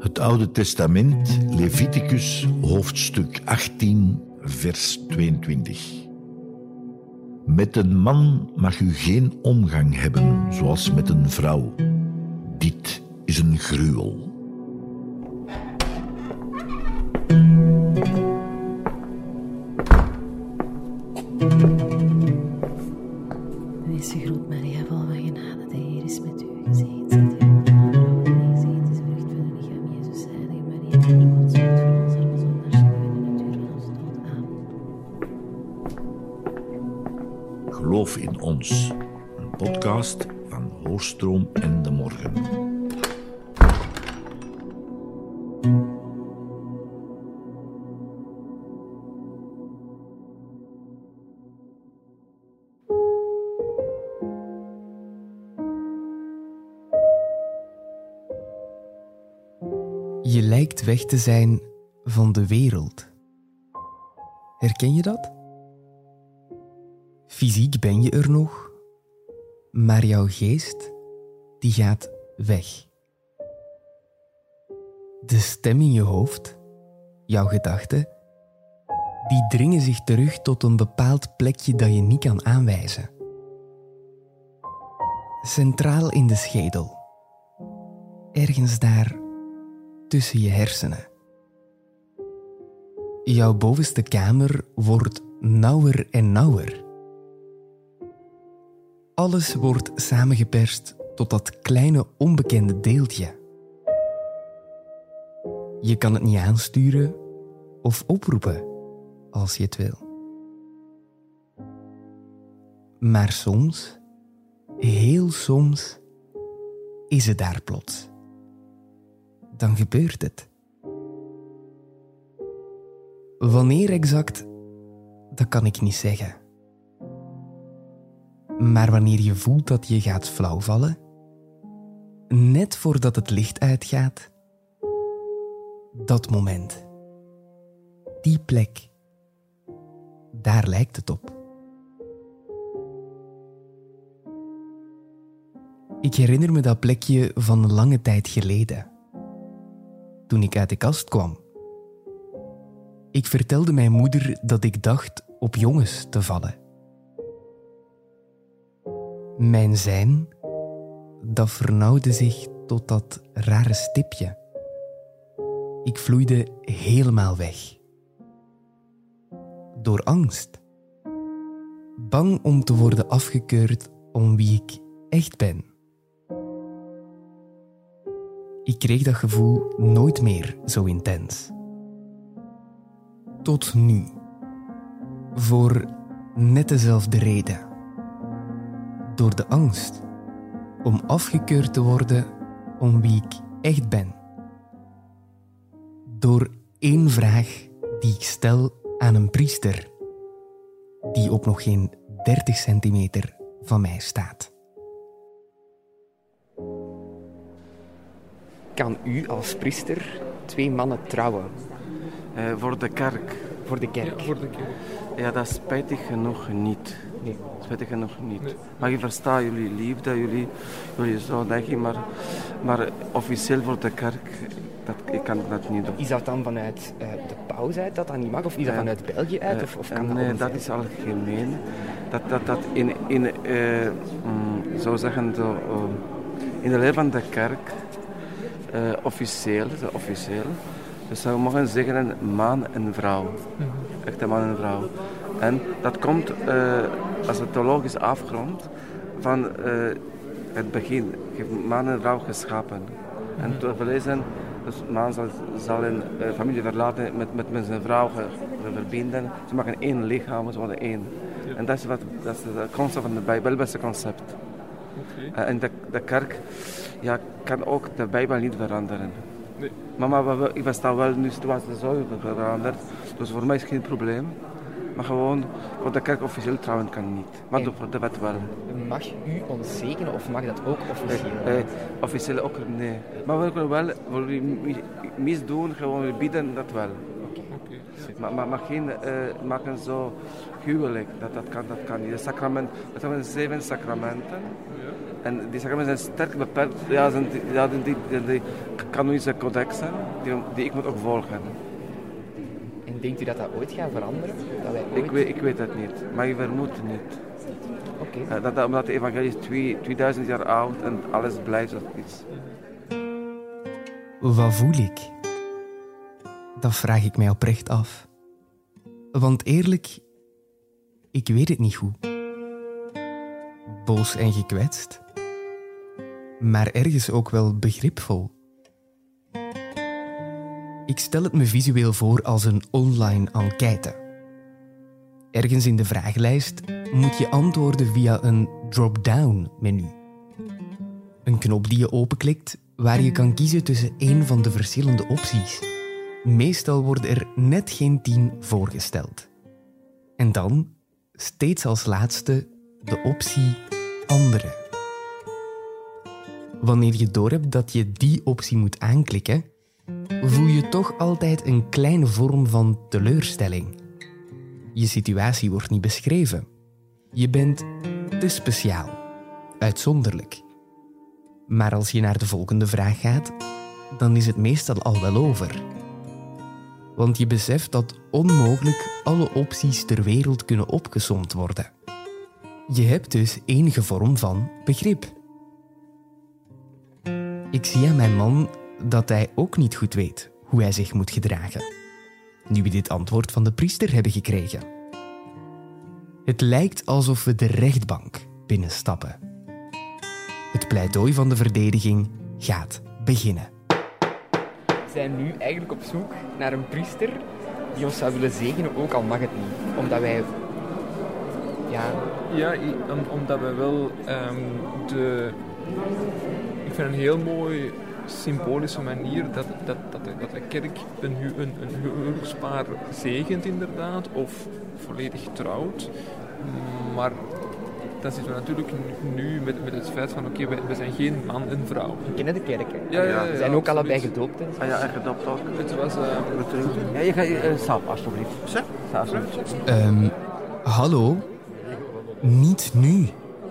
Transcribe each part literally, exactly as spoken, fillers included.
Het Oude Testament, Leviticus, hoofdstuk achttien, vers tweeëntwintig. Met een man mag u geen omgang hebben, zoals met een vrouw. Dit is een gruwel. Wees gegroet, Maria, vol van genade, de Heer is met u. Gezegend zijt u onder vrouwen, en gezegend is de vrucht van uw lichaam, Jezus. Heilige Maria, moeder Gods, bid voor ons arme zondaars, nu en in het uur van onze dood. Amen. Geloof in ons, een podcast van Hoorstroom en de Morgen. Je lijkt weg te zijn van de wereld. Herken je dat? Fysiek ben je er nog, maar jouw geest, die gaat weg. De stem in je hoofd, jouw gedachten, die dringen zich terug tot een bepaald plekje dat je niet kan aanwijzen. Centraal in de schedel. Ergens daar tussen je hersenen. Jouw bovenste kamer wordt nauwer en nauwer. Alles wordt samengeperst tot dat kleine onbekende deeltje. Je kan het niet aansturen of oproepen als je het wil. Maar soms, heel soms, is het daar plots. Dan gebeurt het. Wanneer exact, dat kan ik niet zeggen. Maar wanneer je voelt dat je gaat flauwvallen, net voordat het licht uitgaat, dat moment, die plek, daar lijkt het op. Ik herinner me dat plekje van een lange tijd geleden. Toen ik uit de kast kwam. Ik vertelde mijn moeder dat ik dacht op jongens te vallen. Mijn zijn, dat vernauwde zich tot dat rare stipje. Ik vloeide helemaal weg. Door angst. Bang om te worden afgekeurd om wie ik echt ben. Ik kreeg dat gevoel nooit meer zo intens. Tot nu. Voor net dezelfde reden. Door de angst om afgekeurd te worden om wie ik echt ben. Door één vraag die ik stel aan een priester die op nog geen dertig centimeter van mij staat. Kan u als priester twee mannen trouwen? Uh, voor de kerk. Voor de kerk? Ja, voor de kerk. Ja, dat is spijtig genoeg niet. Nee. Spijtig genoeg niet. Nee. Maar ik versta jullie liefde, jullie, jullie zo denken, maar, maar officieel voor de kerk, dat, ik kan dat niet doen. Is dat dan vanuit uh, de paus uit dat dat niet mag? Of is dat uh, vanuit België uit? Of, of kan uh, nee, dat, dat is algemeen. Dat dat, dat in, in uh, um, zo zeggen, zo, uh, in de leer van de kerk, uh, officieel, zo officieel, dus we mogen zeggen een man en vrouw. Mm-hmm. Echte man en vrouw. En dat komt uh, als een theologische afgrond van uh, het begin. Je hebt man en vrouw geschapen. Mm-hmm. En toen we lezen, dus man zal, zal een uh, familie verlaten met, met, met zijn vrouw verbinden. Ze maken één lichaam, ze worden één. Ja. En dat is, wat, dat is het concept van de Bijbel, het beste concept. Okay. Uh, en de, de kerk ja, kan ook de Bijbel niet veranderen. Nee. Maar, maar ik versta wel, nu de situatie zo veranderd, dus voor mij is het geen probleem. Maar gewoon, voor de kerk officieel trouwen kan niet. Maar en voor de wet wel. Mag u ons zegenen of mag dat ook officieel? Eh, eh, officieel ook nee. Maar we kunnen wel, voor jullie misdoen, gewoon bieden, dat wel. Okay. Okay. Maar, maar, maar geen uh, maken zo huwelijk, dat, dat, kan, dat kan niet. De sacrament, we hebben zeven sacramenten. Ja. En die sacramenten zijn sterk beperkt. Ja, zijn die, ja, die, die, die, die kanonische codex zijn, die, die ik moet ook volgen. En denkt u dat dat ooit gaat veranderen? Dat wij ooit... Ik, weet, ik weet het niet, maar ik vermoed het niet. Oké. Okay. Uh, dat, dat, omdat de evangelie is twee, tweeduizend jaar oud en alles blijft zoals het is. Wat voel ik? Dat vraag ik mij oprecht af. Want eerlijk, ik weet het niet goed. Boos en gekwetst, maar ergens ook wel begripvol. Ik stel het me visueel voor als een online enquête. Ergens in de vragenlijst moet je antwoorden via een drop-down menu. Een knop die je openklikt waar je kan kiezen tussen één van de verschillende opties. Meestal worden er net geen tien voorgesteld. En dan, steeds als laatste, de optie andere. Wanneer je doorhebt dat je die optie moet aanklikken, voel je toch altijd een kleine vorm van teleurstelling. Je situatie wordt niet beschreven. Je bent te speciaal, uitzonderlijk. Maar als je naar de volgende vraag gaat, dan is het meestal al wel over. Want je beseft dat onmogelijk alle opties ter wereld kunnen opgesomd worden. Je hebt dus enige vorm van begrip. Ik zie aan mijn man dat hij ook niet goed weet hoe hij zich moet gedragen, nu we dit antwoord van de priester hebben gekregen. Het lijkt alsof we de rechtbank binnenstappen. Het pleidooi van de verdediging gaat beginnen. We zijn nu eigenlijk op zoek naar een priester die ons zou willen zegenen, ook al mag het niet. Omdat wij... Ja... Ja, om, omdat wij wel um, de... Ik vind een heel mooi symbolische manier dat, dat, dat, de, dat de kerk een, een, een huwelijkspaar zegent inderdaad, of volledig trouwt. Maar dan zitten we natuurlijk nu met, met het feit van oké, okay, we, we zijn geen man en vrouw. We kennen de kerk, hè? Ja, ja, ja, we zijn ja, ook absoluut. allebei gedoopt. Hè? Ah ja, en gedoopt ook. Het was... Uh, ja, je gaat uh, sap, alsjeblieft. Sap? Alsjeblieft. Um, hallo? Niet nu.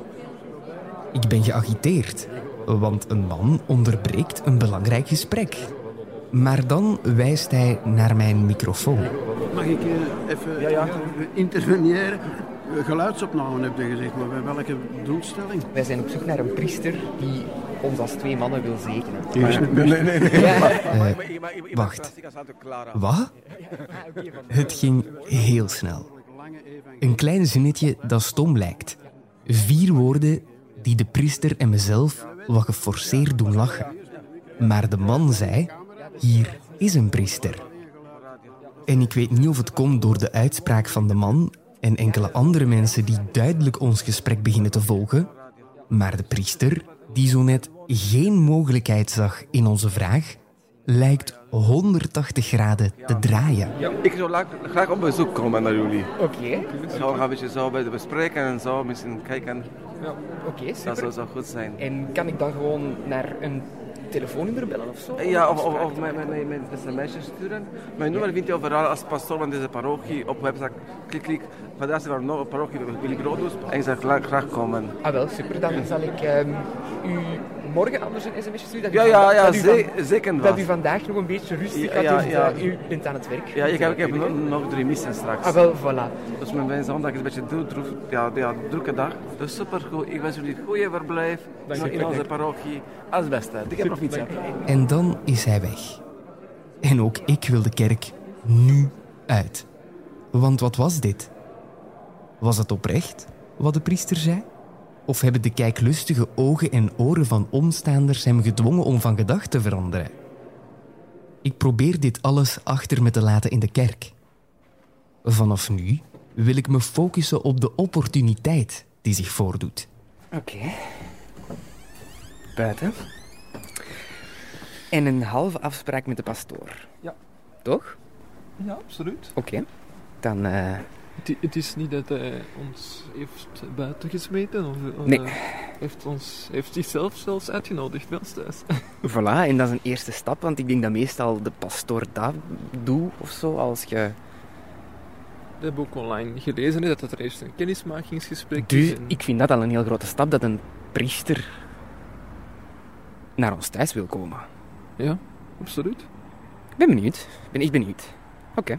Ik ben geagiteerd, want een man onderbreekt een belangrijk gesprek. Maar dan wijst hij naar mijn microfoon. Mag ik uh, even ja, ja. interveneren? Geluidsopname heb je gezegd, maar bij welke doelstelling? Wij zijn op zoek naar een priester die ons als twee mannen wil zegenen. Nee, nee, nee. nee. Ja. Uh, wacht. Wat? Het ging heel snel. Een klein zinnetje dat stom lijkt. Vier woorden die de priester en mezelf wat geforceerd doen lachen. Maar de man zei, hier is een priester. En ik weet niet of het komt door de uitspraak van de man en enkele andere mensen die duidelijk ons gesprek beginnen te volgen, maar de priester, die zo net geen mogelijkheid zag in onze vraag, lijkt honderdtachtig graden te draaien. Ja, ik zou graag op bezoek komen naar jullie. Oké. Okay. Zo gaan we een beetje zo bespreken en zo misschien kijken. Ja. Oké, okay, super. Dat zou zo goed zijn. En kan ik dan gewoon naar een telefoonnummer bellen of zo? Ja, of, of, of mijn, mijn, mijn sms'je sturen. Mijn nummer ja. vind je overal als pastoor van deze parochie op website. Klik, klik. Federatie van de parochie Willy Groothuis. En ik zou graag, graag komen. Ah wel, super. Dan zal ik um, u morgen anders een sms'je sturen. Ja, ja, ja, ja ze, van, zeker dat u vandaag nog een beetje rustig ja, ja, gaat, dus ja. uh, u bent aan het werk. Ja, ik heb, ik heb nog, nog drie missen straks. Ah wel, voilà. Dus mijn zondag is een beetje druk, druk, ja, ja, drukke dag. Dus supergoed. Ik wens jullie een goede verblijf in onze parochie. Als beste. Dikke profitie. En dan is hij weg. En ook ik wil de kerk nu uit. Want wat was dit? Was het oprecht, wat de priester zei? Of hebben de kijklustige ogen en oren van omstaanders hem gedwongen om van gedachten te veranderen? Ik probeer dit alles achter me te laten in de kerk. Vanaf nu wil ik me focussen op de opportuniteit die zich voordoet. Oké. Okay. Buiten. En een halve afspraak met de pastoor. Ja. Toch? Ja, absoluut. Oké. Okay. Dan... Uh... Het, het is niet dat hij ons heeft buiten gesmeten. Of, nee. Uh, heeft, ons, heeft zichzelf zelfs uitgenodigd bij ons thuis. Voilà, en dat is een eerste stap. Want ik denk dat meestal de pastoor dat doet of zo. Als je... We hebben ook online gelezen dat er eerst een kennismakingsgesprek dus is. En... ik vind dat al een heel grote stap. Dat een priester naar ons thuis wil komen. Ja, absoluut. Ik ben benieuwd. Ik ben echt benieuwd. Oké. Okay.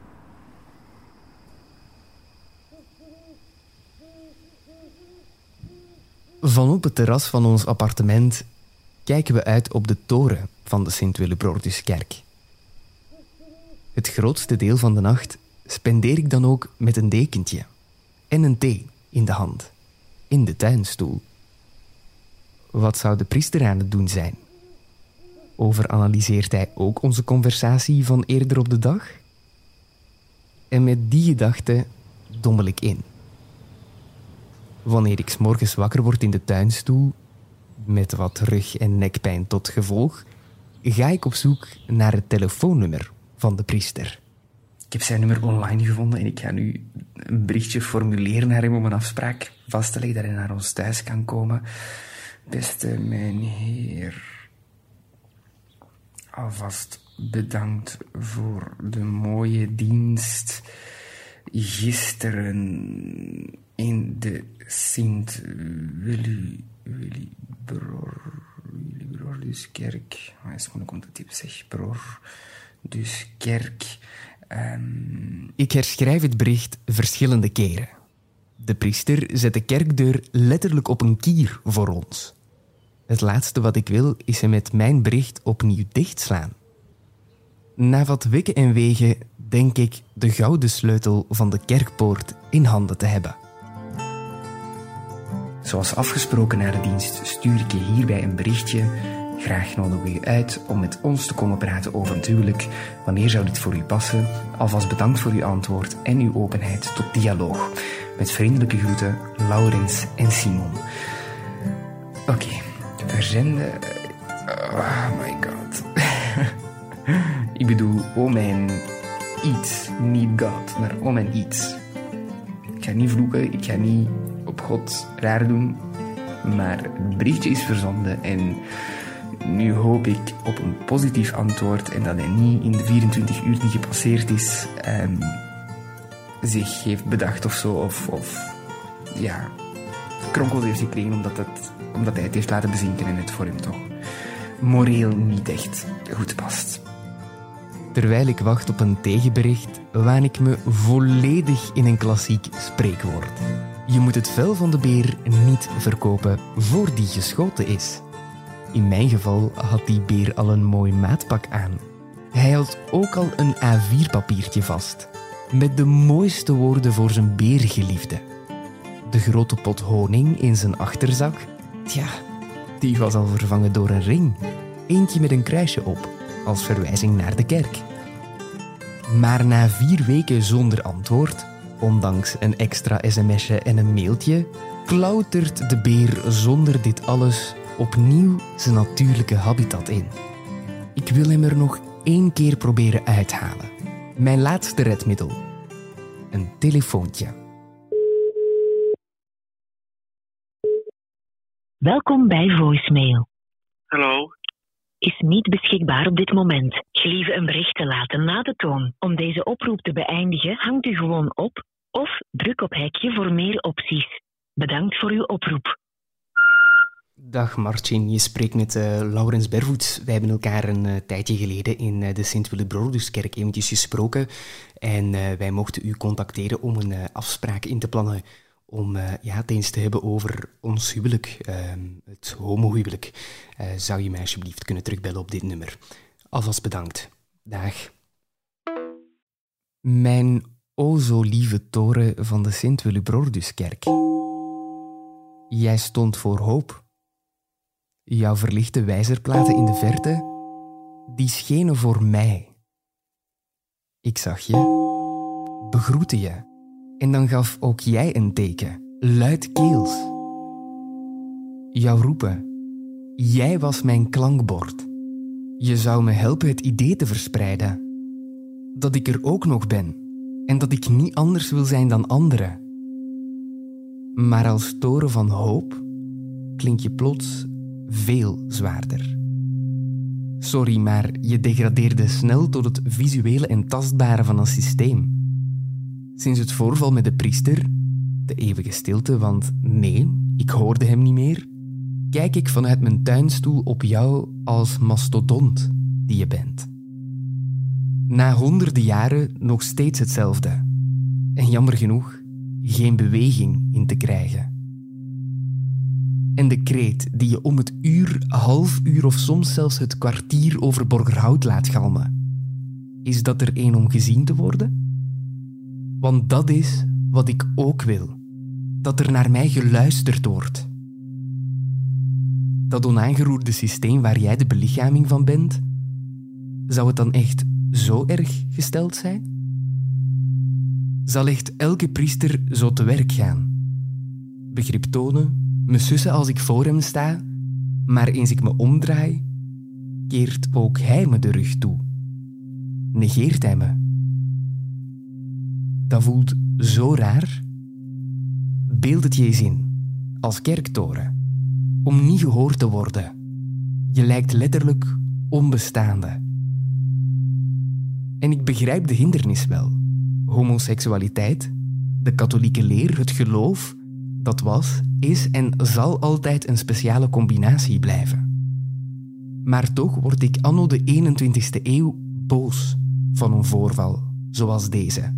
Van op het terras van ons appartement kijken we uit op de toren van de Sint-Willibrorduskerk. Het grootste deel van de nacht spendeer ik dan ook met een dekentje en een thee in de hand, in de tuinstoel. Wat zou de priester aan het doen zijn? Overanalyseert hij ook onze conversatie van eerder op de dag? En met die gedachte dommel ik in. Wanneer ik 's morgens wakker word in de tuinstoel, met wat rug- en nekpijn tot gevolg, ga ik op zoek naar het telefoonnummer van de priester. Ik heb zijn nummer online gevonden en ik ga nu een berichtje formuleren naar hem om een afspraak vast te leggen dat hij naar ons thuis kan komen. Beste mijnheer, alvast bedankt voor de mooie dienst gisteren in de Sint-Willibrorduskerk. Hij is moeilijk om te typen, zeg. Brorduskerk. Um... Ik herschrijf het bericht verschillende keren. De priester zet de kerkdeur letterlijk op een kier voor ons. Het laatste wat ik wil is hem met mijn bericht opnieuw dichtslaan. Na wat wikken en wegen denk ik de gouden sleutel van de kerkpoort in handen te hebben. Zoals afgesproken na de dienst stuur ik je hierbij een berichtje. Graag nodigen we je uit om met ons te komen praten over het huwelijk. Wanneer zou dit voor u passen? Alvast bedankt voor uw antwoord en uw openheid tot dialoog. Met vriendelijke groeten, Laurens en Simon. Oké, okay. Verzenden... Oh my god. Ik bedoel, oh mijn iets. Niet God, maar oh mijn iets. Ik ga niet vloeken, ik ga niet op God raar doen. Maar het berichtje is verzonden en nu hoop ik op een positief antwoord en dat hij niet in de vierentwintig uur die gepasseerd is um, zich heeft bedacht of zo. Of, of ja, kronkels heeft gekregen omdat, het, omdat hij het heeft laten bezinken en het voor hem toch moreel niet echt goed past. Terwijl ik wacht op een tegenbericht, waan ik me volledig in een klassiek spreekwoord. Je moet het vel van de beer niet verkopen voor die geschoten is. In mijn geval had die beer al een mooi maatpak aan. Hij had ook al een A vier papiertje vast, met de mooiste woorden voor zijn beergeliefde. De grote pot honing in zijn achterzak, tja, die was al vervangen door een ring. Eentje met een kruisje op, als verwijzing naar de kerk. Maar na vier weken zonder antwoord, ondanks een extra sms'je en een mailtje, klautert de beer zonder dit alles opnieuw zijn natuurlijke habitat in. Ik wil hem er nog één keer proberen uithalen. Mijn laatste redmiddel. Een telefoontje. Welkom bij voicemail. Hallo. Is niet beschikbaar op dit moment. Gelieve een bericht te laten na de toon. Om deze oproep te beëindigen, hangt u gewoon op of druk op hekje voor meer opties. Bedankt voor uw oproep. Dag Martin, je spreekt met uh, Laurens Bervoets. Wij hebben elkaar een uh, tijdje geleden in uh, de Sint-Willibrorduskerk eventjes gesproken. En uh, wij mochten u contacteren om een uh, afspraak in te plannen om uh, ja, het eens te hebben over ons huwelijk, uh, het homohuwelijk. Uh, zou je mij alsjeblieft kunnen terugbellen op dit nummer? Alvast bedankt. Dag. Mijn o zo lieve toren van de Sint-Willibrorduskerk. Jij stond voor hoop. Jouw verlichte wijzerplaten in de verte, die schenen voor mij. Ik zag je, begroette je, en dan gaf ook jij een teken, luidkeels. Jouw roepen, jij was mijn klankbord. Je zou me helpen het idee te verspreiden, dat ik er ook nog ben, en dat ik niet anders wil zijn dan anderen. Maar als toren van hoop klink je plots veel zwaarder. Sorry, maar je degradeerde snel tot het visuele en tastbare van een systeem. Sinds het voorval met de priester, de eeuwige stilte, want nee, ik hoorde hem niet meer, kijk ik vanuit mijn tuinstoel op jou als mastodont die je bent. Na honderden jaren nog steeds hetzelfde. En jammer genoeg geen beweging in te krijgen. En de kreet die je om het uur, half uur of soms zelfs het kwartier over Borgerhout laat galmen. Is dat er één om gezien te worden? Want dat is wat ik ook wil. Dat er naar mij geluisterd wordt. Dat onaangeroerde systeem waar jij de belichaming van bent, zou het dan echt zo erg gesteld zijn? Zal echt elke priester zo te werk gaan? Begrip tonen, me sussen als ik voor hem sta, maar eens ik me omdraai, keert ook hij me de rug toe. Negeert hij me. Dat voelt zo raar. Beeld het je eens in, als kerktoren, om niet gehoord te worden. Je lijkt letterlijk onbestaande. En ik begrijp de hindernis wel. Homoseksualiteit, de katholieke leer, het geloof, dat was, is en zal altijd een speciale combinatie blijven. Maar toch word ik anno de eenentwintigste eeuw boos van een voorval zoals deze.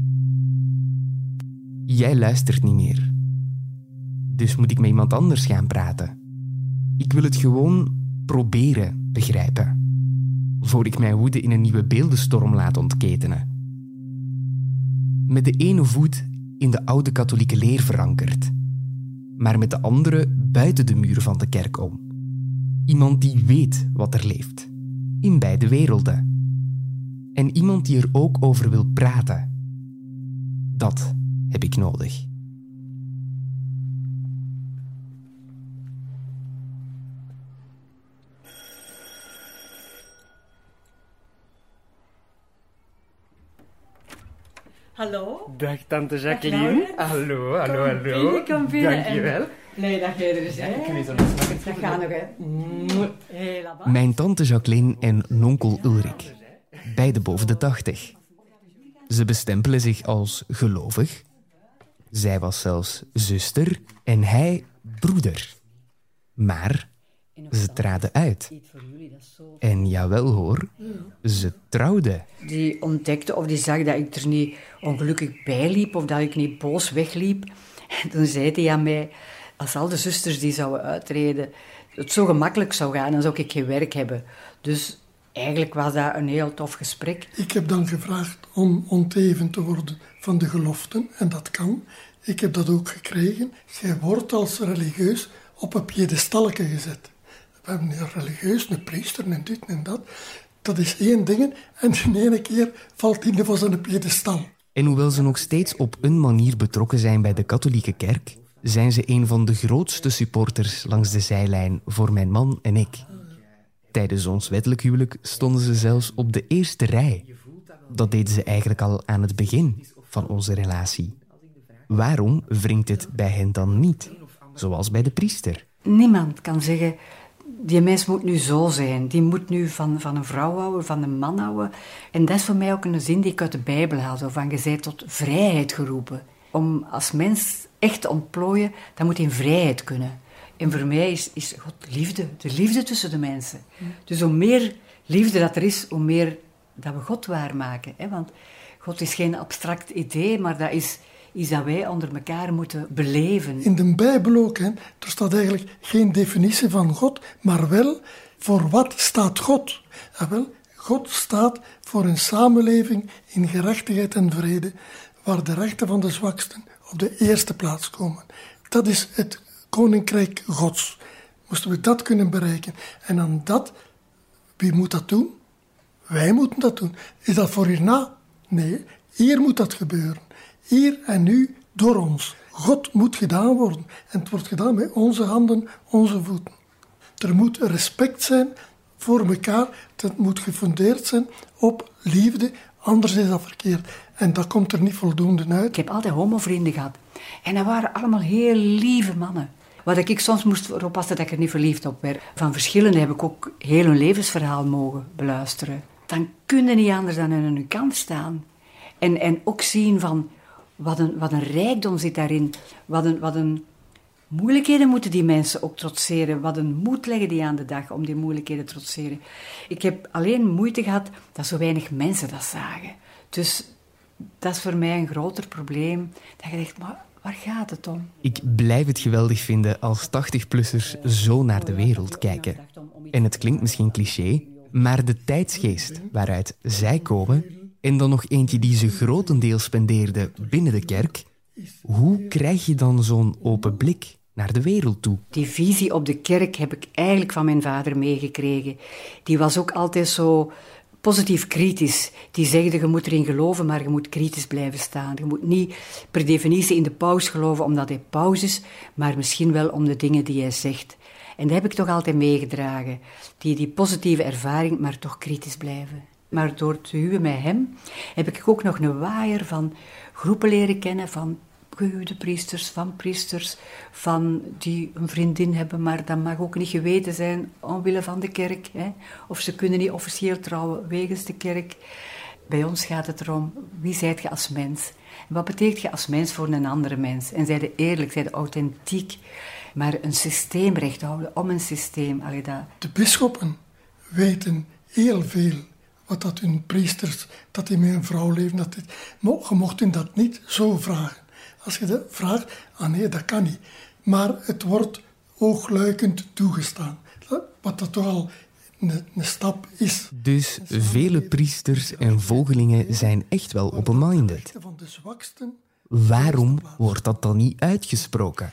Jij luistert niet meer. Dus moet ik met iemand anders gaan praten. Ik wil het gewoon proberen begrijpen. Voor ik mijn woede in een nieuwe beeldenstorm laat ontketenen. Met de ene voet in de oude katholieke leer verankerd, maar met de andere buiten de muren van de kerk om. Iemand die weet wat er leeft, in beide werelden. En iemand die er ook over wil praten. Dat heb ik nodig. Hallo? Dag tante Jacqueline. Hallo, hallo, hallo. Binnen, kom binnen. Dankjewel. En... Nee, dat jij er eens, hè? Ik kan je zo nog smaken. Dat gaat nog, hè? Helemaal. Mijn tante Jacqueline en nonkel Ulrik. Beide boven de tachtig. Ze bestempelen zich als gelovig. Zij was zelfs zuster en hij broeder. Maar ze traden uit. En jawel hoor, ze trouwden. Die ontdekte of die zag dat ik er niet ongelukkig bij liep of dat ik niet boos wegliep. En toen zei hij aan mij, als al de zusters die zouden uittreden, het zo gemakkelijk zou gaan, dan zou ik geen werk hebben. Dus eigenlijk was dat een heel tof gesprek. Ik heb dan gevraagd om onteven te worden van de geloften, en dat kan. Ik heb dat ook gekregen. Jij wordt als religieus op een piedestalke gezet. We hebben een religieus, een priester en dit en dat. Dat is één ding en de ene keer valt hij van zijn piedestal. En hoewel ze nog steeds op een manier betrokken zijn bij de katholieke kerk, zijn ze een van de grootste supporters langs de zijlijn voor mijn man en ik. Tijdens ons wettelijk huwelijk stonden ze zelfs op de eerste rij. Dat deden ze eigenlijk al aan het begin van onze relatie. Waarom wringt het bij hen dan niet, zoals bij de priester? Niemand kan zeggen, die mens moet nu zo zijn. Die moet nu van, van een vrouw houden, van een man houden. En dat is voor mij ook een zin die ik uit de Bijbel haal. Zo van, je bent tot vrijheid geroepen. Om als mens echt te ontplooien, dan moet je in vrijheid kunnen. En voor mij is, is God liefde. De liefde tussen de mensen. Dus hoe meer liefde dat er is, hoe meer dat we God waarmaken. Hè? Want God is geen abstract idee, maar dat is iets dat wij onder elkaar moeten beleven. In de Bijbel ook, hè, er staat eigenlijk geen definitie van God, maar wel voor wat staat God. En wel, God staat voor een samenleving in gerechtigheid en vrede, waar de rechten van de zwaksten op de eerste plaats komen. Dat is het koninkrijk Gods. Moesten we dat kunnen bereiken. En dan dat, wie moet dat doen? Wij moeten dat doen. Is dat voor hierna? Nee, hier moet dat gebeuren. Hier en nu, door ons. God moet gedaan worden. En het wordt gedaan met onze handen, onze voeten. Er moet respect zijn voor elkaar. Het moet gefundeerd zijn op liefde. Anders is dat verkeerd. En dat komt er niet voldoende uit. Ik heb altijd homovrienden gehad. En dat waren allemaal heel lieve mannen. Wat ik soms moest oppassen dat ik er niet verliefd op werd. Van verschillende heb ik ook heel hun levensverhaal mogen beluisteren. Dan kun je niet anders dan aan hun kant staan. En, en ook zien van, wat een, wat een rijkdom zit daarin. Wat een, wat een Moeilijkheden moeten die mensen ook trotseren. Wat een moed leggen die aan de dag om die moeilijkheden te trotseren. Ik heb alleen moeite gehad dat zo weinig mensen dat zagen. Dus dat is voor mij een groter probleem. Dat je denkt, maar waar gaat het om? Ik blijf het geweldig vinden als tachtig-plussers zo naar de wereld kijken. En het klinkt misschien cliché, maar de tijdsgeest waaruit zij komen, en dan nog eentje die ze grotendeels spendeerde binnen de kerk, hoe krijg je dan zo'n open blik naar de wereld toe? Die visie op de kerk heb ik eigenlijk van mijn vader meegekregen. Die was ook altijd zo positief kritisch. Die zegde, je moet erin geloven, maar je moet kritisch blijven staan. Je moet niet per definitie in de paus geloven omdat hij paus is, maar misschien wel om de dingen die hij zegt. En dat heb ik toch altijd meegedragen. Die, die positieve ervaring, maar toch kritisch blijven. Maar door te huwen met hem heb ik ook nog een waaier van groepen leren kennen, van gehuwde priesters, van priesters, van die een vriendin hebben, maar dat mag ook niet geweten zijn omwille van de kerk. Hè? Of ze kunnen niet officieel trouwen wegens de kerk. Bij ons gaat het erom, wie zijt je als mens? En wat betekent je als mens voor een andere mens? En zij de eerlijk, zij de authentiek, maar een systeem recht houden om een systeem. Allee, dat... De bisschoppen weten heel veel wat dat hun priesters, dat die met een vrouw leven. Dat dit... Maar je mocht hun dat niet zo vragen. Als je dat vraagt, ah nee, dat kan niet. Maar het wordt oogluikend toegestaan. Wat dat toch al een, een stap is. Dus vele priesters en volgelingen zijn echt wel open-minded. Waarom wordt dat dan niet uitgesproken?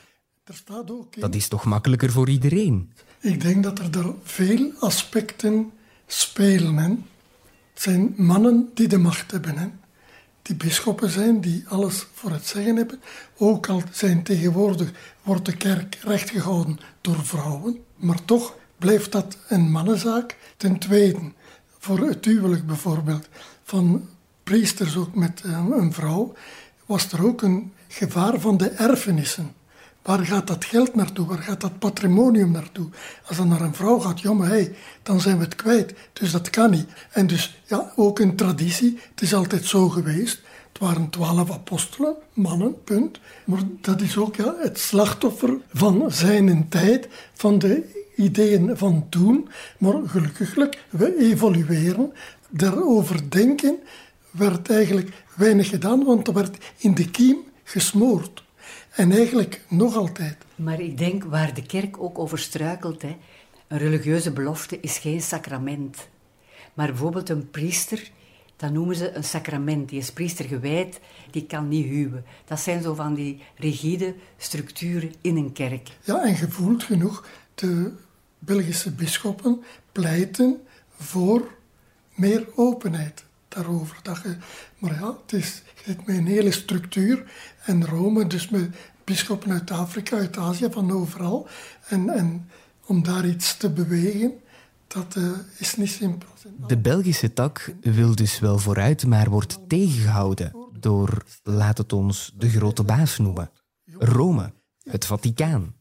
Dat is toch makkelijker voor iedereen? Ik denk dat er daar veel aspecten spelen. Hè. Het zijn mannen die de macht hebben. Hè. Die bisschoppen zijn, die alles voor het zeggen hebben. Ook al zijn tegenwoordig, wordt de kerk recht gehouden door vrouwen. Maar toch blijft dat een mannenzaak. Ten tweede, voor het huwelijk bijvoorbeeld, van priesters ook met een vrouw, was er ook een gevaar van de erfenissen. Waar gaat dat geld naartoe? Waar gaat dat patrimonium naartoe? Als dat naar een vrouw gaat, ja maar hey, dan zijn we het kwijt. Dus dat kan niet. En dus, ja, ook een traditie. Het is altijd zo geweest. Het waren twaalf apostelen, mannen, punt. Maar dat is ook ja, het slachtoffer van zijn tijd, van de ideeën van toen. Maar gelukkiglijk, we evolueren. Daarover denken werd eigenlijk weinig gedaan, want er werd in de kiem gesmoord. En eigenlijk nog altijd. Maar ik denk waar de kerk ook over struikelt, hè, een religieuze belofte is geen sacrament. Maar bijvoorbeeld een priester, dat noemen ze een sacrament. Die is priester gewijd, die kan niet huwen. Dat zijn zo van die rigide structuren in een kerk. Ja, en gevoeld genoeg, de Belgische bisschoppen pleiten voor meer openheid daarover. Dat je, maar ja, het is het met een hele structuur. En Rome, dus met bisschoppen uit Afrika, uit Azië, van overal. En, en om daar iets te bewegen, dat uh, is niet simpel. De Belgische tak wil dus wel vooruit, maar wordt tegengehouden door, laat het ons de grote baas noemen, Rome, het Vaticaan.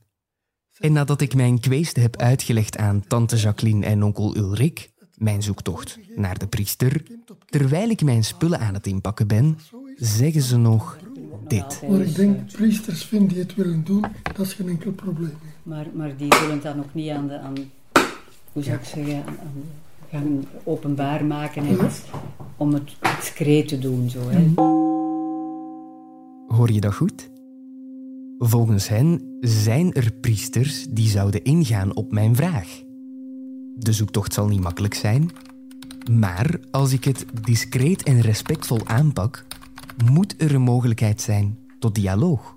En nadat ik mijn kweeste heb uitgelegd aan tante Jacqueline en onkel Ulrik, mijn zoektocht naar de priester, terwijl ik mijn spullen aan het inpakken ben, zeggen ze nog dit. Maar ik denk, priesters vinden die het willen doen, dat is geen enkel probleem. Maar, maar die zullen het dan ook niet aan de, aan, hoe zou ik zeggen, aan, aan, gaan openbaar maken, hè, om het discreet te doen. Zo, hè. Hoor je dat goed? Volgens hen zijn er priesters die zouden ingaan op mijn vraag. De zoektocht zal niet makkelijk zijn, maar als ik het discreet en respectvol aanpak, moet er een mogelijkheid zijn tot dialoog.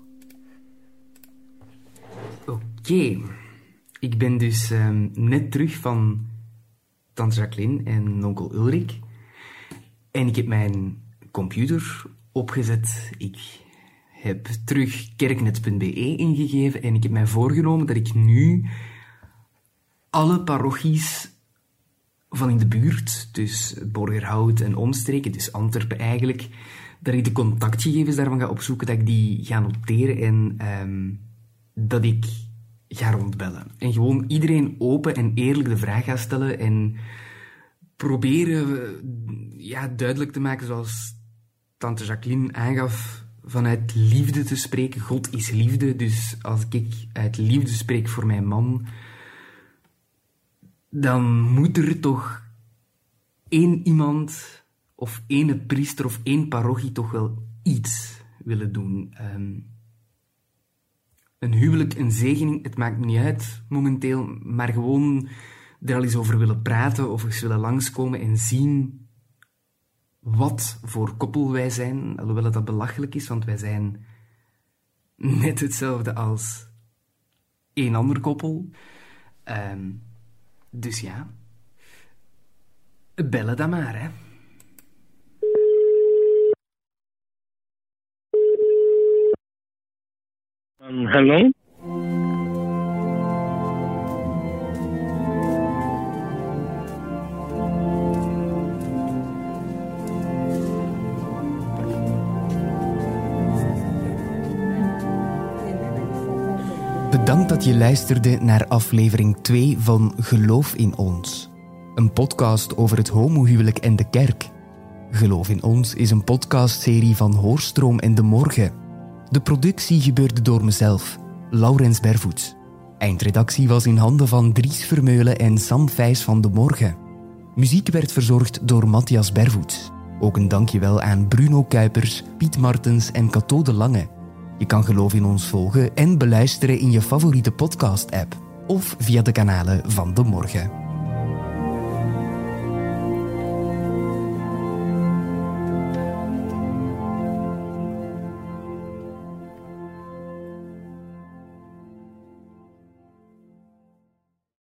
Oké, okay. Ik ben dus uh, net terug van tante Jacqueline en onkel Ulrik. En ik heb mijn computer opgezet. Ik heb terug kerknet punt b e ingegeven en ik heb mij voorgenomen dat ik nu alle parochies van in de buurt, dus Borgerhout en omstreken, dus Antwerpen eigenlijk, dat ik de contactgegevens daarvan ga opzoeken, dat ik die ga noteren en um, dat ik ga rondbellen. En gewoon iedereen open en eerlijk de vraag ga stellen en proberen ja, duidelijk te maken, zoals tante Jacqueline aangaf, vanuit liefde te spreken. God is liefde, dus als ik uit liefde spreek voor mijn man, dan moet er toch één iemand of één priester of één parochie toch wel iets willen doen. Um, een huwelijk, een zegening, het maakt me niet uit momenteel, maar gewoon er al eens over willen praten of eens willen langskomen en zien wat voor koppel wij zijn, alhoewel het dat belachelijk is, want wij zijn net hetzelfde als één ander koppel. Um, dus ja, bellen dan maar, hè. Um, hallo? Bedankt dat je luisterde naar aflevering twee van Geloof in ons. Een podcast over het homohuwelijk en de kerk. Geloof in ons is een podcastserie van Hoorstroom en De Morgen. De productie gebeurde door mezelf, Laurens Bervoets. Eindredactie was in handen van Dries Vermeulen en Sam Vijs van De Morgen. Muziek werd verzorgd door Matthias Bervoets. Ook een dankjewel aan Bruno Kuipers, Piet Martens en Cato de Lange. Je kan Geloof in ons volgen en beluisteren in je favoriete podcast-app of via de kanalen van De Morgen.